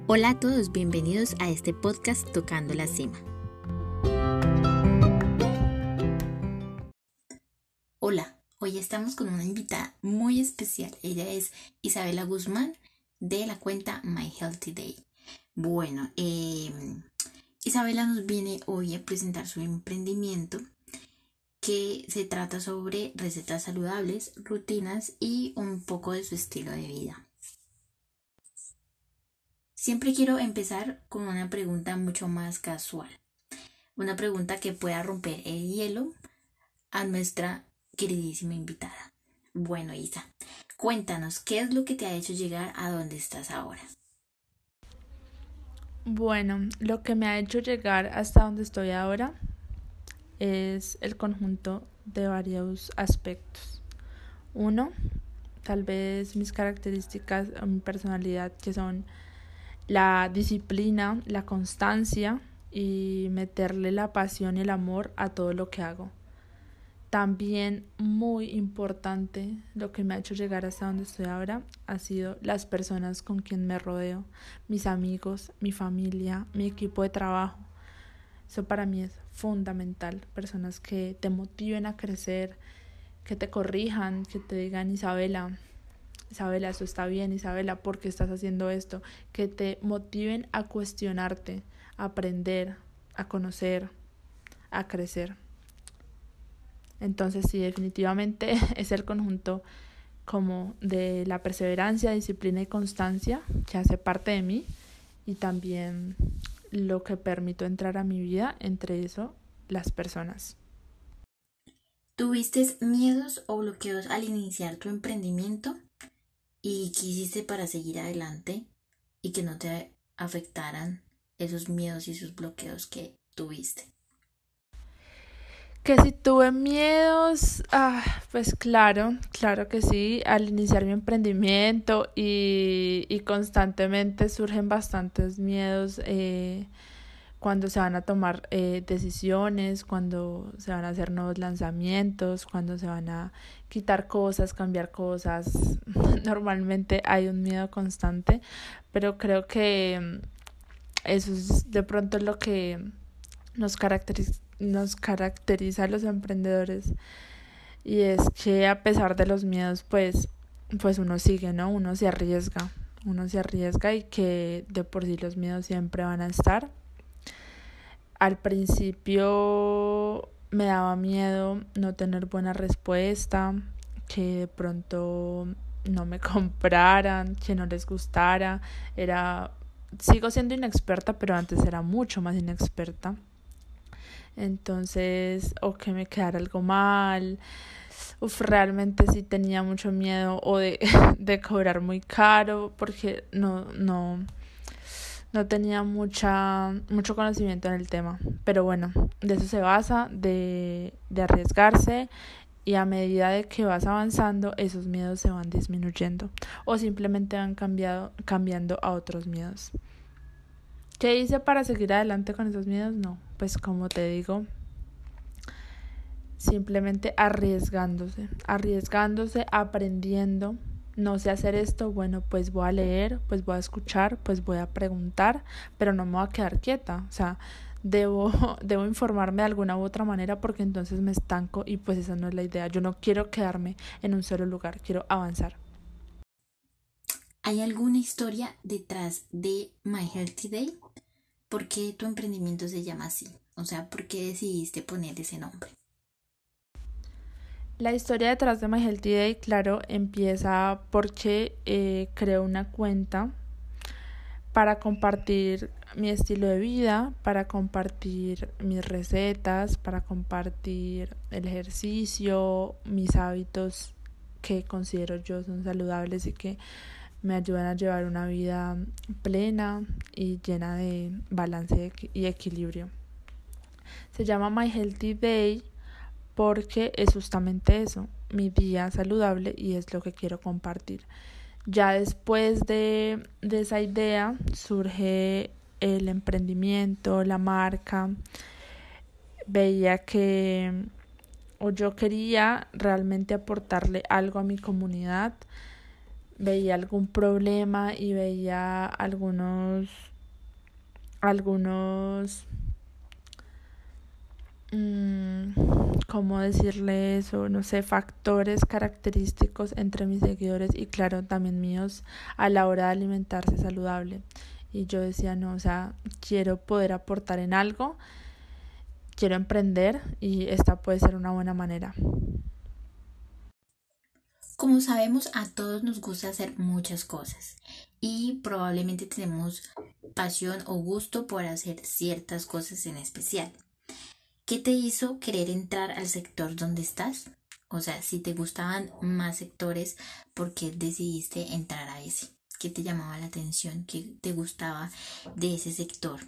Hola a todos, bienvenidos a este podcast Tocando la Cima. Hola, hoy estamos con una invitada muy especial. Ella es Isabela Guzmán de la cuenta My Healthy Day. Bueno, Isabela nos viene hoy a presentar su emprendimiento que se trata sobre recetas saludables, rutinas y un poco de su estilo de vida. Siempre quiero empezar con una pregunta mucho más casual, una pregunta que pueda romper el hielo a nuestra queridísima invitada. Bueno, Isa, cuéntanos, ¿qué es lo que te ha hecho llegar a donde estás ahora? Bueno, lo que me ha hecho llegar hasta donde estoy ahora es el conjunto de varios aspectos. Uno, tal vez mis características o mi personalidad, que son la disciplina, la constancia y meterle la pasión y el amor a todo lo que hago. También muy importante, lo que me ha hecho llegar hasta donde estoy ahora ha sido las personas con quien me rodeo, mis amigos, mi familia, mi equipo de trabajo. Eso para mí es fundamental, personas que te motiven a crecer, que te corrijan, que te digan Isabela, eso está bien, Isabela, ¿por qué estás haciendo esto? Que te motiven a cuestionarte, a aprender, a conocer, a crecer. Entonces sí, definitivamente es el conjunto como de la perseverancia, disciplina y constancia que hace parte de mí y también lo que permito entrar a mi vida, entre eso, las personas. ¿Tuviste miedos o bloqueos al iniciar tu emprendimiento? ¿Y qué hiciste para seguir adelante y que no te afectaran esos miedos y esos bloqueos que tuviste? Que si tuve miedos, pues claro que sí, al iniciar mi emprendimiento y constantemente surgen bastantes miedos cuando se van a tomar decisiones, cuando se van a hacer nuevos lanzamientos, cuando se van a quitar cosas, cambiar cosas. Normalmente hay un miedo constante, pero creo que eso es de pronto lo que nos caracteriza a los emprendedores, y es que a pesar de los miedos pues uno sigue, ¿no? Uno se arriesga y que de por sí los miedos siempre van a estar. Al principio me daba miedo no tener buena respuesta, que de pronto no me compraran, que no les gustara. Sigo siendo inexperta, pero antes era mucho más inexperta. Entonces, o que me quedara algo mal. Realmente sí tenía mucho miedo o de cobrar muy caro, porque no tenía mucho conocimiento en el tema. Pero bueno, de eso se basa, de arriesgarse, y a medida de que vas avanzando, esos miedos se van disminuyendo o simplemente van cambiando a otros miedos. ¿Qué hice para seguir adelante con esos miedos? No, pues como te digo, simplemente arriesgándose, aprendiendo. No sé hacer esto, bueno, pues voy a leer, pues voy a escuchar, pues voy a preguntar, pero no me voy a quedar quieta. O sea, debo informarme de alguna u otra manera, porque entonces me estanco y pues esa no es la idea. Yo no quiero quedarme en un solo lugar, quiero avanzar. ¿Hay alguna historia detrás de My Healthy Day? ¿Por qué tu emprendimiento se llama así? O sea, ¿por qué decidiste poner ese nombre? La historia detrás de My Healthy Day, claro, empieza porque creo una cuenta para compartir mi estilo de vida, para compartir mis recetas, para compartir el ejercicio, mis hábitos que considero yo son saludables y que me ayudan a llevar una vida plena y llena de balance y equilibrio. Se llama My Healthy Day porque es justamente eso, mi día saludable, y es lo que quiero compartir. Ya después de esa idea surge el emprendimiento, la marca. Veía que yo quería realmente aportarle algo a mi comunidad. veía algún problema y veía algunos, ¿cómo decirle eso? No sé, factores característicos entre mis seguidores y claro, también míos a la hora de alimentarse saludable. Y yo decía, no, o sea, quiero poder aportar en algo, quiero emprender y esta puede ser una buena manera. Como sabemos, a todos nos gusta hacer muchas cosas y probablemente tenemos pasión o gusto por hacer ciertas cosas en especial. ¿Qué te hizo querer entrar al sector donde estás? O sea, si te gustaban más sectores, ¿por qué decidiste entrar a ese? ¿Qué te llamaba la atención? ¿Qué te gustaba de ese sector?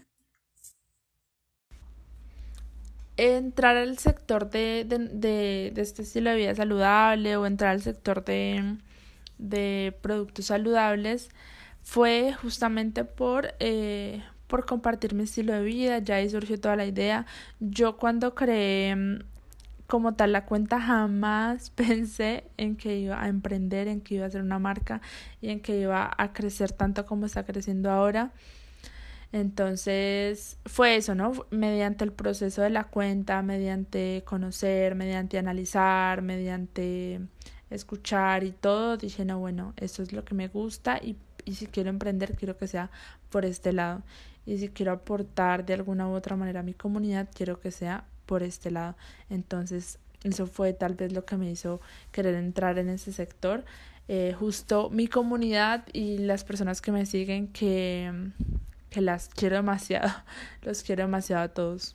Entrar al sector de este estilo de vida saludable o entrar al sector de productos saludables fue justamente por compartir mi estilo de vida. Ya ahí surgió toda la idea. Yo cuando creé como tal la cuenta jamás pensé en que iba a emprender, en que iba a hacer una marca y en que iba a crecer tanto como está creciendo ahora. Entonces fue eso, ¿no? Mediante el proceso de la cuenta, mediante conocer, mediante analizar, mediante escuchar y todo, dije, no, bueno, esto es lo que me gusta y si quiero emprender, quiero que sea por este lado. Y si quiero aportar de alguna u otra manera a mi comunidad, quiero que sea por este lado. Entonces, eso fue tal vez lo que me hizo querer entrar en ese sector. Justo mi comunidad y las personas que me siguen que las quiero demasiado, los quiero demasiado a todos.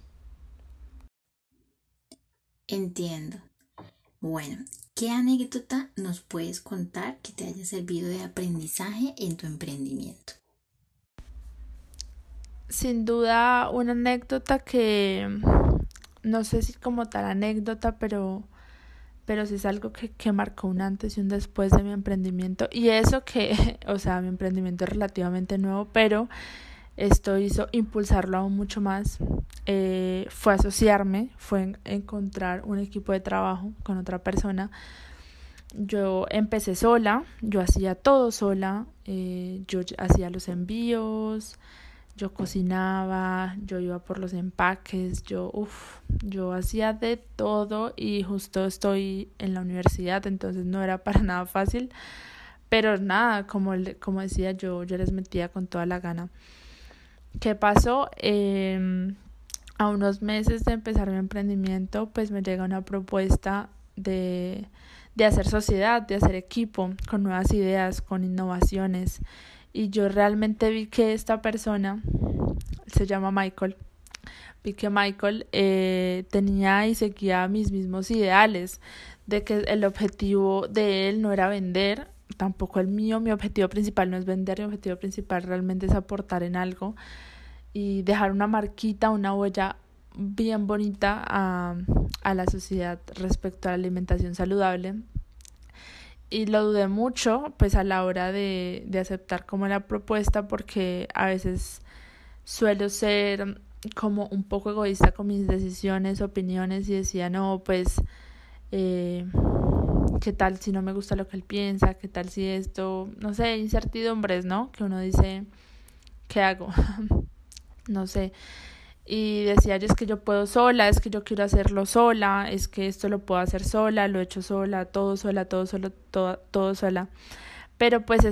Entiendo. Bueno, ¿qué anécdota nos puedes contar que te haya servido de aprendizaje en tu emprendimiento? Sin duda una anécdota que no sé si como tal anécdota, pero sí es algo que marcó un antes y un después de mi emprendimiento. Y eso que, o sea, mi emprendimiento es relativamente nuevo, pero esto hizo impulsarlo aún mucho más. Fue asociarme, fue encontrar un equipo de trabajo con otra persona. Yo empecé sola, yo hacía todo sola, yo hacía los envíos, yo cocinaba, yo iba por los empaques, yo hacía de todo y justo estoy en la universidad, entonces no era para nada fácil, pero nada, como decía yo les metía con toda la gana. ¿Qué pasó? A unos meses de empezar mi emprendimiento, pues me llega una propuesta de hacer sociedad, de hacer equipo, con nuevas ideas, con innovaciones. Y yo realmente vi que esta persona, se llama Michael, vi que Michael tenía y seguía mis mismos ideales, de que el objetivo de él no era vender, tampoco el mío, mi objetivo principal no es vender, mi objetivo principal realmente es aportar en algo y dejar una marquita, una huella bien bonita a la sociedad respecto a la alimentación saludable. Y lo dudé mucho pues a la hora de aceptar como la propuesta porque a veces suelo ser como un poco egoísta con mis decisiones, opiniones y decía no pues eh, qué tal si no me gusta lo que él piensa, qué tal si esto, no sé, incertidumbres, ¿no? Que uno dice, ¿qué hago? No sé. Y decía yo es que yo puedo sola, es que yo quiero hacerlo sola, es que esto lo puedo hacer sola, lo he hecho sola, todo solo, todo sola. Pero pues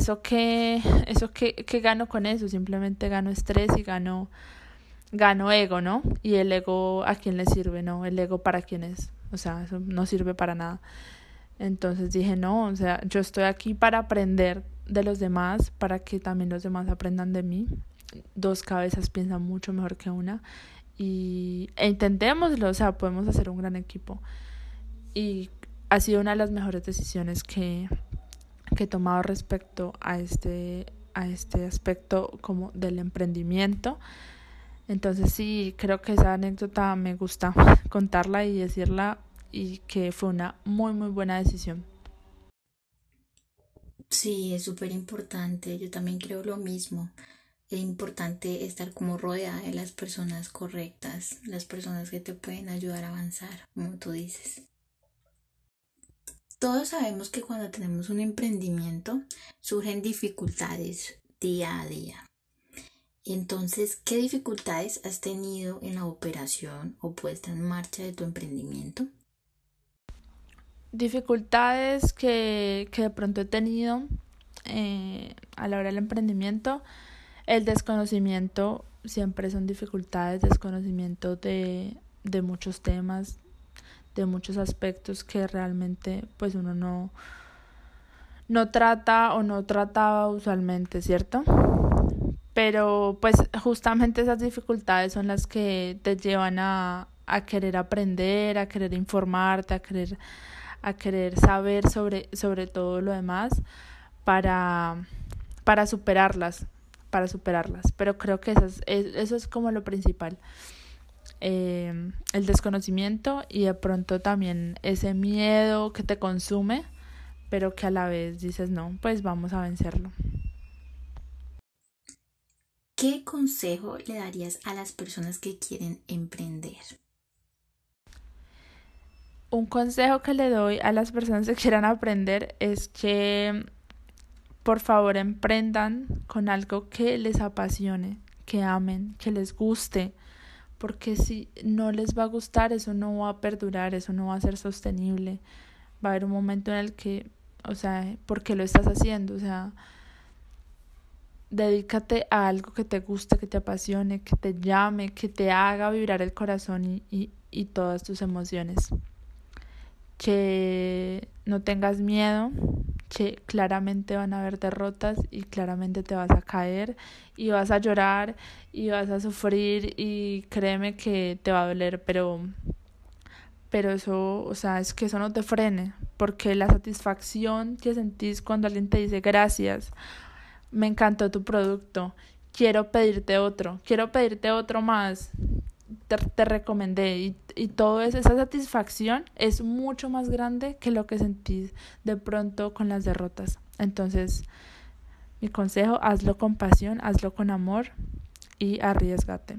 que gano con eso, simplemente gano estrés y gano ego, ¿no? Y el ego a quién le sirve, ¿no? El ego para quién es, o sea, eso no sirve para nada. Entonces dije, no, o sea, yo estoy aquí para aprender de los demás, para que también los demás aprendan de mí. Dos cabezas piensan mucho mejor que una e intentémoslo, o sea, podemos hacer un gran equipo. Y ha sido una de las mejores decisiones que he tomado respecto a este aspecto como del emprendimiento. Entonces sí, creo que esa anécdota me gusta contarla y decirla y que fue una muy muy buena decisión. Sí, es súper importante. Yo también creo lo mismo. Es importante estar como rodeada de las personas correctas, las personas que te pueden ayudar a avanzar, como tú dices. Todos sabemos que cuando tenemos un emprendimiento surgen dificultades día a día. Entonces, ¿qué dificultades has tenido en la operación o puesta en marcha de tu emprendimiento? Dificultades que de pronto he tenido a la hora del emprendimiento. El desconocimiento siempre son dificultades, desconocimiento de muchos temas, de muchos aspectos que realmente pues uno no trata o no trataba usualmente, ¿cierto? Pero pues justamente esas dificultades son las que te llevan a querer aprender, a querer informarte, a querer saber sobre todo lo demás para superarlas, pero creo que eso es como lo principal, el desconocimiento y de pronto también ese miedo que te consume, pero que a la vez dices no, pues vamos a vencerlo. ¿Qué consejo le darías a las personas que quieren emprender? Un consejo que le doy a las personas que quieran aprender es que por favor emprendan con algo que les apasione, que amen, que les guste, porque si no les va a gustar, eso no va a perdurar, eso no va a ser sostenible. Va a haber un momento en el que, o sea, ¿por qué lo estás haciendo? O sea, dedícate a algo que te guste, que te apasione, que te llame, que te haga vibrar el corazón y todas tus emociones. Que no tengas miedo, que claramente van a haber derrotas y claramente te vas a caer y vas a llorar y vas a sufrir y créeme que te va a doler, pero eso, o sea, es que eso no te frene, porque la satisfacción que sentís cuando alguien te dice gracias, me encantó tu producto, quiero pedirte otro más, te recomendé y todo eso, esa satisfacción es mucho más grande que lo que sentís de pronto con las derrotas. Entonces, mi consejo, hazlo con pasión, hazlo con amor y arriésgate.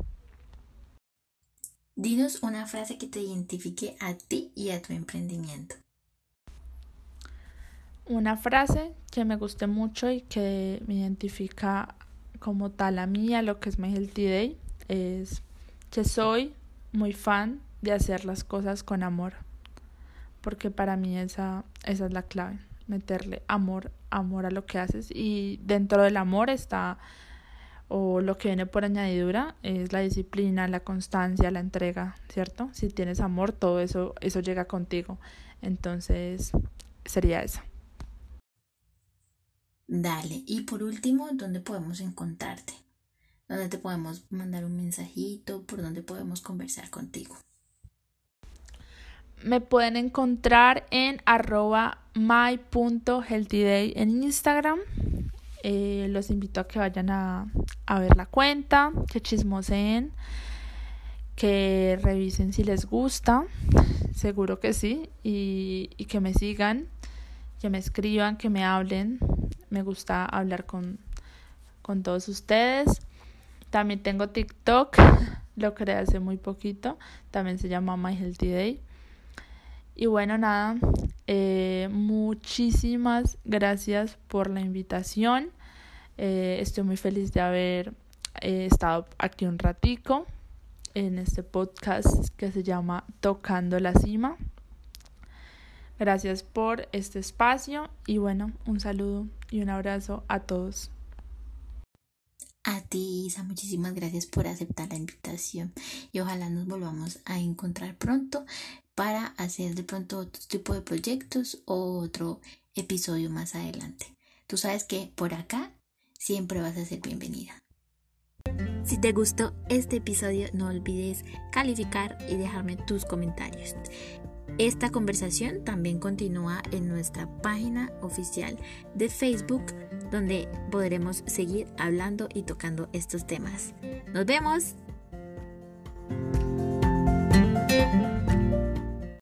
Dinos una frase que te identifique a ti y a tu emprendimiento. Una frase que me guste mucho y que me identifica como tal a mí, a lo que es My Healthy Day, es que soy muy fan de hacer las cosas con amor, porque para mí esa es la clave, meterle amor a lo que haces, y dentro del amor está, o lo que viene por añadidura, es la disciplina, la constancia, la entrega, ¿cierto? Si tienes amor, todo eso llega contigo. Entonces, sería eso. Dale, y por último, ¿dónde podemos encontrarte? ¿Dónde te podemos mandar un mensajito? ¿Por dónde podemos conversar contigo? Me pueden encontrar en @my.healthyday en Instagram. Los invito a que vayan a ver la cuenta, que chismoseen, que revisen si les gusta, seguro que sí, y que me sigan, que me escriban, que me hablen. Me gusta hablar con todos ustedes. También tengo TikTok, lo creé hace muy poquito, también se llama My Healthy Day. Y bueno, nada, muchísimas gracias por la invitación. Estoy muy feliz de haber estado aquí un ratico en este podcast que se llama Tocando la Cima. Gracias por este espacio y bueno, un saludo y un abrazo a todos. A ti, Isa, muchísimas gracias por aceptar la invitación y ojalá nos volvamos a encontrar pronto para hacer de pronto otro tipo de proyectos o otro episodio más adelante. Tú sabes que por acá siempre vas a ser bienvenida. Si te gustó este episodio, no olvides calificar y dejarme tus comentarios. Esta conversación también continúa en nuestra página oficial de Facebook, donde podremos seguir hablando y tocando estos temas. ¡Nos vemos!